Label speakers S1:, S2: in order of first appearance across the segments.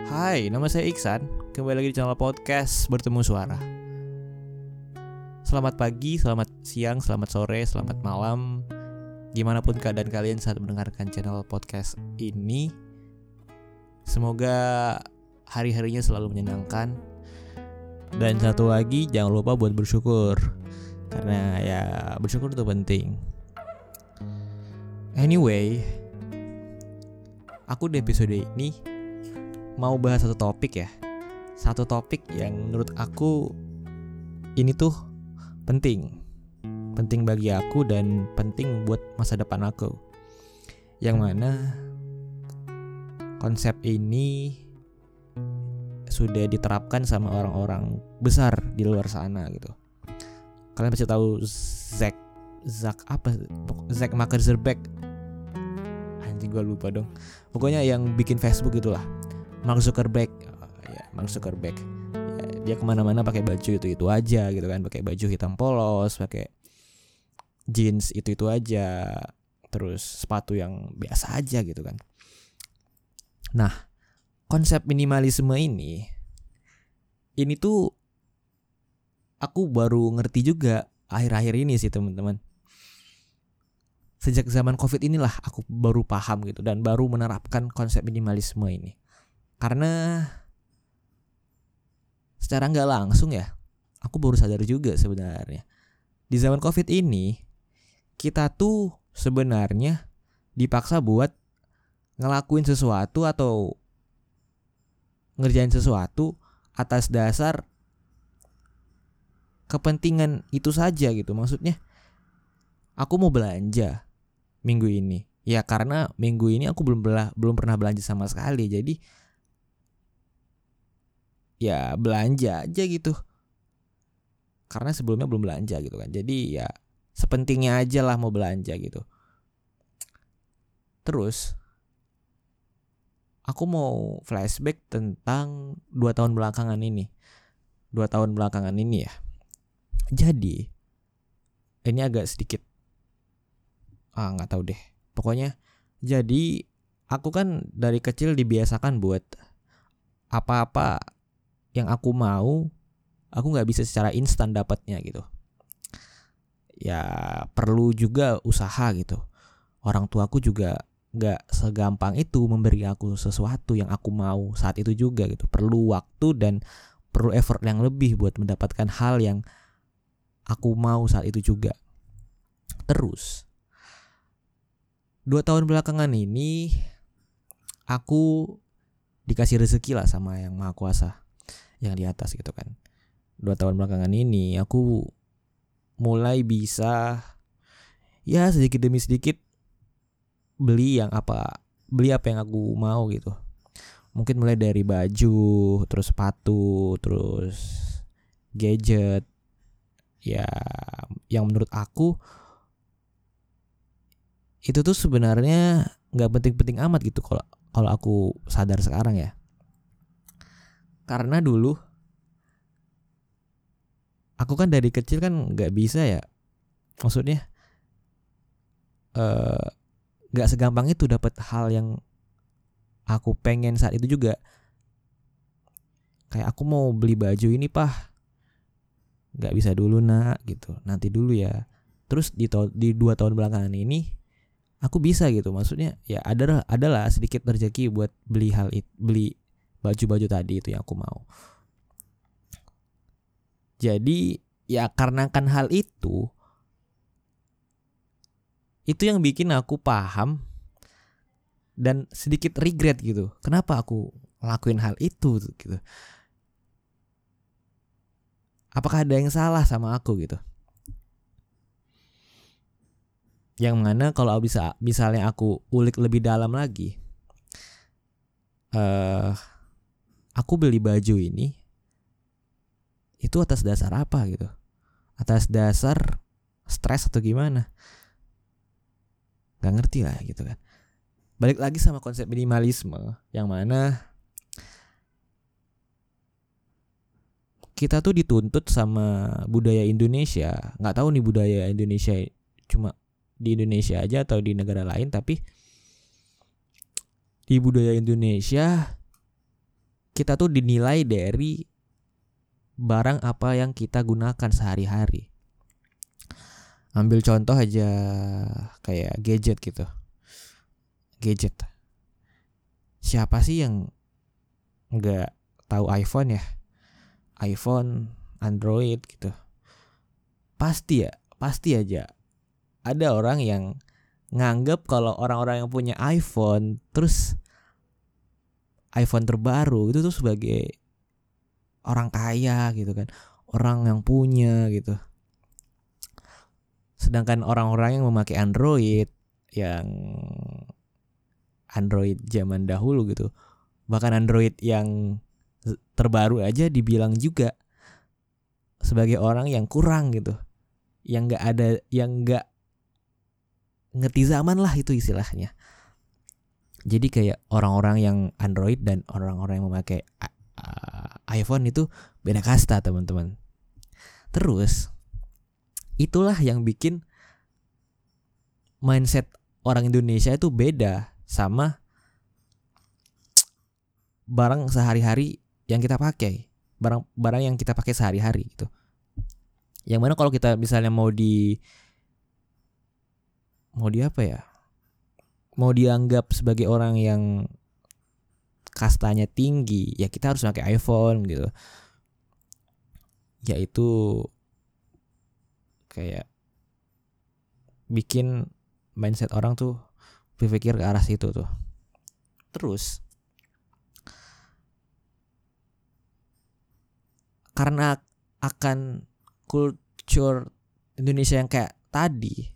S1: Hai, nama saya Iksan. Kembali lagi di channel podcast Bertemu Suara. Selamat pagi, selamat siang, selamat sore, selamat malam. Gimana pun keadaan kalian saat mendengarkan channel podcast ini, semoga hari-harinya selalu menyenangkan. Dan satu lagi, jangan lupa buat bersyukur, karena ya bersyukur itu penting. Anyway, aku di episode ini mau bahas satu topik ya. Satu topik yang menurut aku ini tuh penting. Penting bagi aku dan penting buat masa depan aku. Yang mana konsep ini sudah diterapkan sama orang-orang besar di luar sana gitu. Kalian pasti tahu Zack Mark Zuckerberg. Anjing gue lupa dong. Pokoknya yang bikin Facebook itulah. Mark Zuckerberg. Ya, dia kemana-mana pakai baju itu aja gitu kan, pakai baju hitam polos, pakai jeans itu aja, terus sepatu yang biasa aja gitu kan. Nah, konsep minimalisme ini tuh aku baru ngerti juga akhir-akhir ini sih teman-teman. Sejak zaman Covid inilah aku baru paham gitu dan baru menerapkan konsep minimalisme ini. Karena secara gak langsung ya, aku baru sadar juga sebenarnya. Di zaman Covid ini, kita tuh sebenarnya dipaksa buat ngelakuin sesuatu atau ngerjain sesuatu atas dasar kepentingan itu saja gitu. Maksudnya, aku mau belanja minggu ini. Ya karena minggu ini aku belum pernah belanja sama sekali. Jadi ya belanja aja gitu. Karena sebelumnya belum belanja gitu kan. Jadi ya sepentingnya aja lah mau belanja gitu. Terus aku mau flashback tentang 2 tahun belakangan ini. 2 tahun belakangan ini ya. Jadi ini agak sedikit gak tahu deh. Pokoknya jadi aku kan dari kecil dibiasakan buat apa-apa yang aku mau, aku gak bisa secara instan dapatnya gitu. Ya perlu juga usaha gitu. Orang tuaku juga gak segampang itu memberi aku sesuatu yang aku mau saat itu juga gitu. Perlu waktu dan perlu effort yang lebih buat mendapatkan hal yang aku mau saat itu juga. Terus 2 tahun belakangan ini aku dikasih rezeki lah sama yang Maha Kuasa, yang di atas gitu kan. 2 tahun belakangan ini aku mulai bisa ya sedikit demi sedikit beli apa yang aku mau gitu. Mungkin mulai dari baju, terus sepatu, terus gadget. Ya yang menurut aku itu tuh sebenarnya gak penting-penting amat gitu kalau aku sadar sekarang ya. Karena dulu aku kan dari kecil kan gak bisa ya. Maksudnya gak segampang itu dapat hal yang aku pengen saat itu juga. Kayak aku mau beli baju ini pah, gak bisa dulu nak gitu, nanti dulu ya. Terus di 2 tahun belakangan ini aku bisa gitu. Maksudnya ya adalah sedikit rezeki buat beli baju-baju tadi itu yang aku mau. Jadi ya karena kan hal itu yang bikin aku paham dan sedikit regret gitu. Kenapa aku ngelakuin hal itu gitu? Apakah ada yang salah sama aku gitu? Yang mana kalau misalnya aku ulik lebih dalam lagi, aku beli baju ini itu atas dasar apa gitu? Atas dasar stres atau gimana? Gak ngerti lah gitu kan. Balik lagi sama konsep minimalisme, yang mana kita tuh dituntut sama budaya Indonesia. Gak tahu nih budaya Indonesia cuma di Indonesia aja atau di negara lain, tapi di budaya Indonesia kita tuh dinilai dari barang apa yang kita gunakan sehari-hari. Ambil contoh aja kayak gadget gitu. Gadget. Siapa sih yang nggak tahu iPhone ya? iPhone, Android gitu. Pasti aja ada orang yang nganggap kalau orang-orang yang punya iPhone, terus iPhone terbaru itu tuh sebagai orang kaya gitu kan, orang yang punya gitu. Sedangkan orang-orang yang memakai Android, yang Android zaman dahulu gitu, bahkan Android yang terbaru aja dibilang juga sebagai orang yang kurang gitu, yang nggak ngerti zaman lah itu istilahnya. Jadi kayak orang-orang yang Android dan orang-orang yang memakai iPhone itu beda kasta, teman-teman. Terus itulah yang bikin mindset orang Indonesia itu beda sama barang sehari-hari yang kita pakai, barang yang kita pakai sehari-hari gitu. Yang mana kalau kita misalnya mau apa ya? Mau dianggap sebagai orang yang kastanya tinggi, ya kita harus pakai iPhone gitu. Yaitu kayak bikin mindset orang tuh berpikir ke arah situ tuh. Terus karena akan culture Indonesia yang kayak tadi,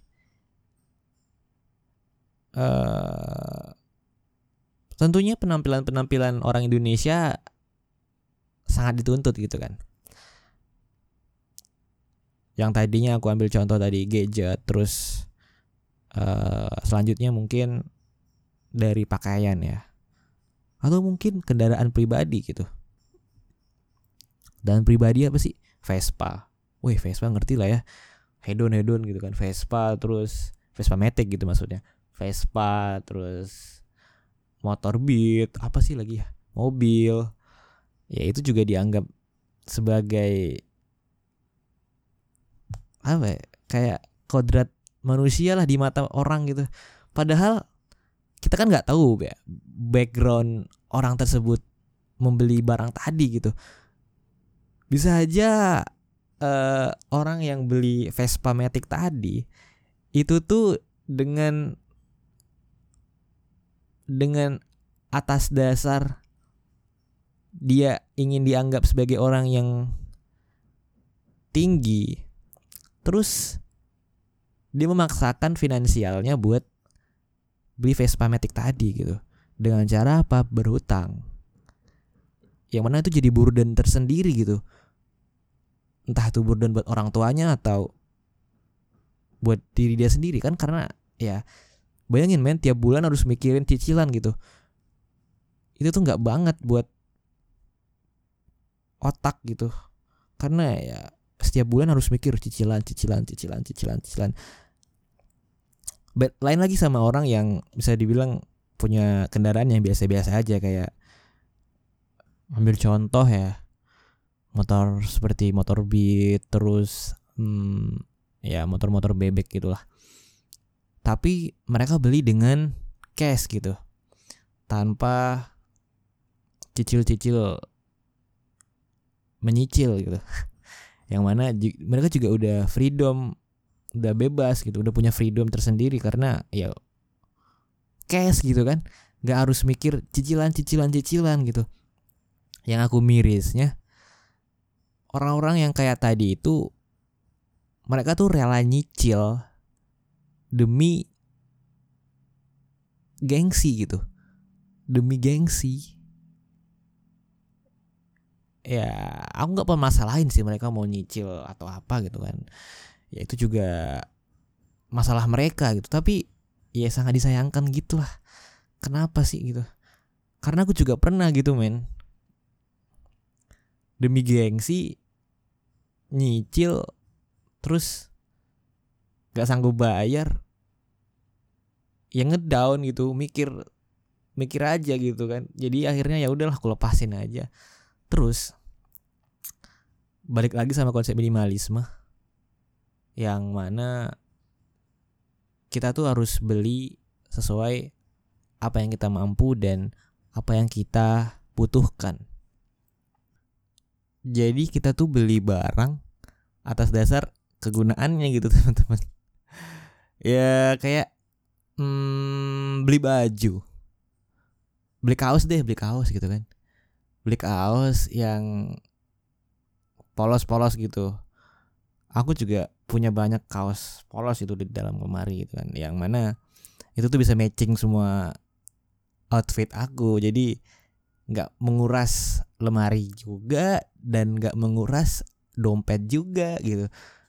S1: tentunya penampilan orang Indonesia sangat dituntut gitu kan. Yang tadinya aku ambil contoh tadi gadget, terus selanjutnya mungkin dari pakaian ya, atau mungkin kendaraan pribadi gitu. Dan pribadi apa sih? Vespa. Wih, Vespa ngerti lah ya. Hedon gitu kan. Vespa, terus Vespa Matic gitu maksudnya. Vespa, terus motor Beat, apa sih lagi ya? Mobil. Ya itu juga dianggap sebagai apa ya? Kayak kodrat manusia lah di mata orang gitu. Padahal kita kan nggak tahu ya background orang tersebut membeli barang tadi gitu. Bisa aja orang yang beli Vespa Matic tadi itu tuh dengan atas dasar dia ingin dianggap sebagai orang yang tinggi, terus dia memaksakan finansialnya buat beli Vespa Matic tadi gitu. Dengan cara apa? Berhutang. Yang mana itu jadi burden tersendiri gitu. Entah itu burden buat orang tuanya atau buat diri dia sendiri kan, karena ya bayangin men, tiap bulan harus mikirin cicilan gitu. Itu tuh gak banget buat otak gitu. Karena ya setiap bulan harus mikir cicilan. Lain lagi sama orang yang bisa dibilang punya kendaraan yang biasa-biasa aja, kayak ambil contoh ya, motor seperti motor Beat, terus ya motor-motor bebek gitulah. Tapi mereka beli dengan cash gitu, tanpa cicil menyicil gitu. Yang mana mereka juga udah freedom, udah bebas gitu, udah punya freedom tersendiri karena ya cash gitu kan, nggak harus mikir cicilan gitu. Yang aku mirisnya, orang-orang yang kayak tadi itu mereka tuh rela nyicil demi gengsi gitu, demi gengsi. Ya aku nggak permasalahin sih mereka mau nyicil atau apa gitu kan, ya itu juga masalah mereka gitu. Tapi ya sangat disayangkan gitulah. Kenapa sih gitu? Karena aku juga pernah gitu men, demi gengsi nyicil terus gak sanggup bayar, ya ngedown gitu, mikir mikir aja gitu kan. Jadi akhirnya ya udahlah aku lepasin aja. Terus balik lagi sama konsep minimalisme, yang mana kita tuh harus beli sesuai apa yang kita mampu dan apa yang kita butuhkan. Jadi kita tuh beli barang atas dasar kegunaannya gitu teman-teman. Ya kayak beli baju, beli kaos gitu kan. Beli kaos yang polos-polos gitu. Aku juga punya banyak kaos polos itu di dalam lemari gitu kan, yang mana itu tuh bisa matching semua outfit aku. Jadi gak menguras lemari juga dan gak menguras dompet juga gitu.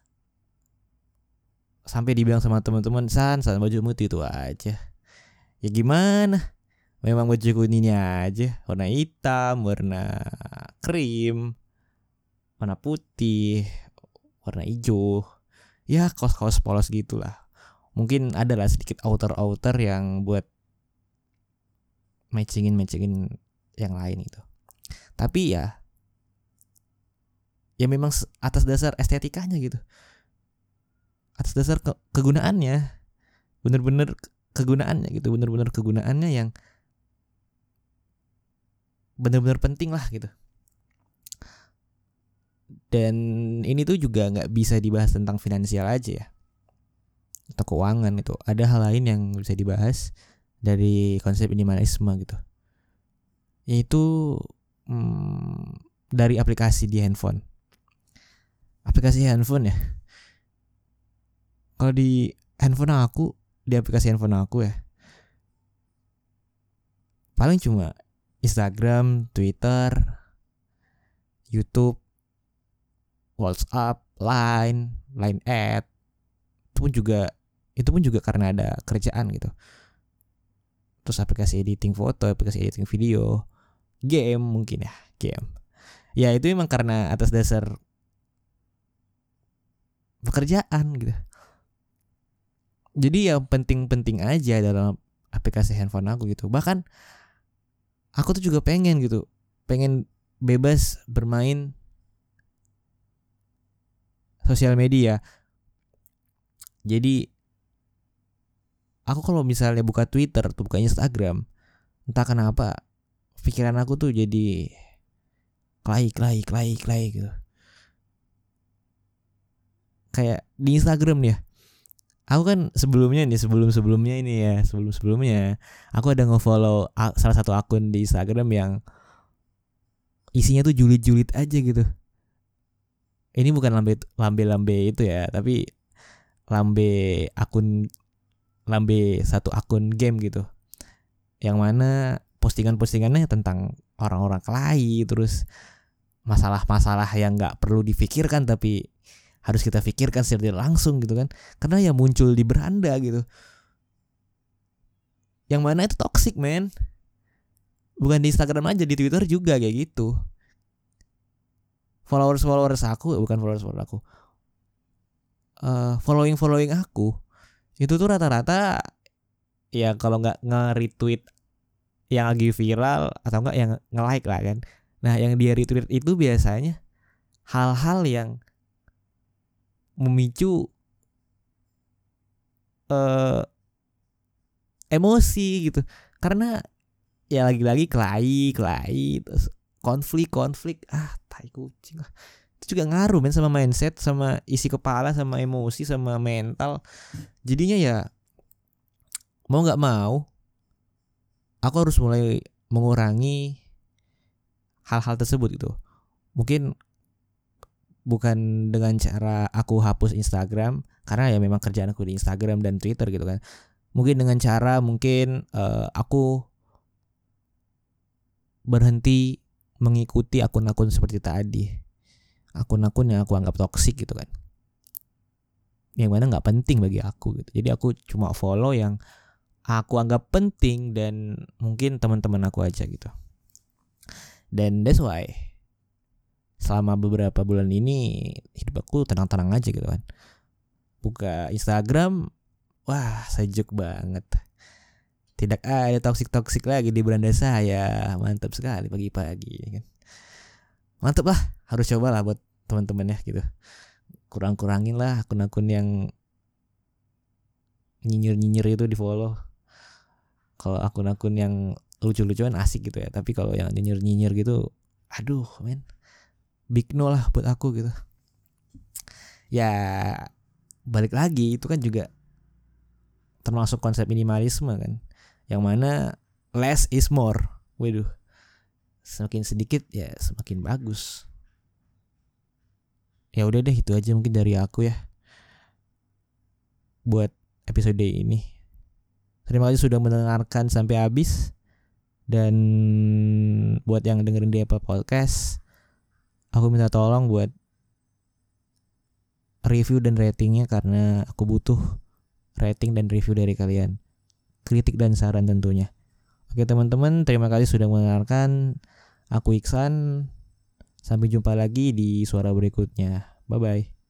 S1: Sampai dibilang sama teman-teman, San bajumu itu aja. Ya gimana, memang bajuku ini aja, warna hitam, warna krim, warna putih, warna hijau. Ya kaos-kaos polos gitulah. Mungkin ada lah sedikit outer yang buat matchingin yang lain itu. Tapi ya memang atas dasar estetikanya gitu, atas dasar kegunaannya, bener-bener kegunaannya gitu, bener-bener kegunaannya yang bener-bener penting lah gitu. Dan ini tuh juga nggak bisa dibahas tentang finansial aja ya, atau keuangan. Itu ada hal lain yang bisa dibahas dari konsep minimalisme gitu, yaitu dari aplikasi di handphone. Aplikasi handphone ya, kalau di aplikasi handphone aku ya, paling cuma Instagram, Twitter, YouTube, WhatsApp, Line Add. Itu pun juga karena ada kerjaan gitu. Terus aplikasi editing foto, aplikasi editing video, game mungkin ya, game. Ya itu memang karena atas dasar pekerjaan gitu. Jadi ya penting-penting aja dalam aplikasi handphone aku gitu. Bahkan aku tuh juga pengen bebas bermain sosial media. Jadi aku kalau misalnya buka Twitter atau buka Instagram, entah kenapa pikiran aku tuh jadi kelai gitu. Kayak di Instagram nih ya, aku kan sebelumnya aku ada nge-follow salah satu akun di Instagram yang isinya tuh julid-julid aja gitu. Ini bukan lambe itu ya, tapi lambe satu akun game gitu, yang mana postingannya tentang orang-orang kelahi, terus masalah-masalah yang nggak perlu difikirkan tapi harus kita pikirkan secara langsung gitu kan, karena ya muncul di beranda gitu, yang mana itu toxic man. Bukan di Instagram aja, di Twitter juga kayak gitu. Followers aku following aku itu tuh rata-rata ya kalau nggak nge-retweet yang lagi viral atau enggak yang nge-like lah kan. Nah yang dia retweet itu biasanya hal-hal yang memicu emosi gitu, karena ya lagi-lagi kelahi terus konflik tai kucing lah. Itu juga ngaruh men sama mindset, sama isi kepala, sama emosi, sama mental. Jadinya ya mau nggak mau aku harus mulai mengurangi hal-hal tersebut gitu. Mungkin bukan dengan cara aku hapus Instagram, karena ya memang kerjaan aku di Instagram dan Twitter gitu kan. Mungkin dengan cara aku berhenti mengikuti akun-akun seperti tadi, akun-akun yang aku anggap toksik gitu kan, yang mana nggak penting bagi aku gitu. Jadi aku cuma follow yang aku anggap penting dan mungkin teman-teman aku aja gitu. Dan that's why selama beberapa bulan ini hidup aku tenang-tenang aja gitu kan. Buka Instagram, wah sejuk banget. Tidak ada toksik lagi di beranda saya. Mantap sekali pagi-pagi kan. Mantap lah, harus coba lah buat teman-teman ya gitu. Kurang-kurangin lah akun-akun yang nyinyir-nyinyir itu di follow. Kalau akun-akun yang lucu-lucuan asik gitu ya. Tapi kalau yang nyinyir-nyinyir gitu, aduh men, big no lah buat aku gitu. Ya balik lagi itu kan juga termasuk konsep minimalisme kan, yang mana less is more. Waduh, semakin sedikit ya semakin bagus. Ya udah deh, itu aja mungkin dari aku ya buat episode ini. Terima kasih sudah mendengarkan sampai habis. Dan buat yang dengerin di Apple Podcast, aku minta tolong buat review dan ratingnya, karena aku butuh rating dan review dari kalian, kritik dan saran tentunya. Oke teman-teman, terima kasih sudah mendengarkan. Aku Iksan, sampai jumpa lagi di suara berikutnya. Bye bye.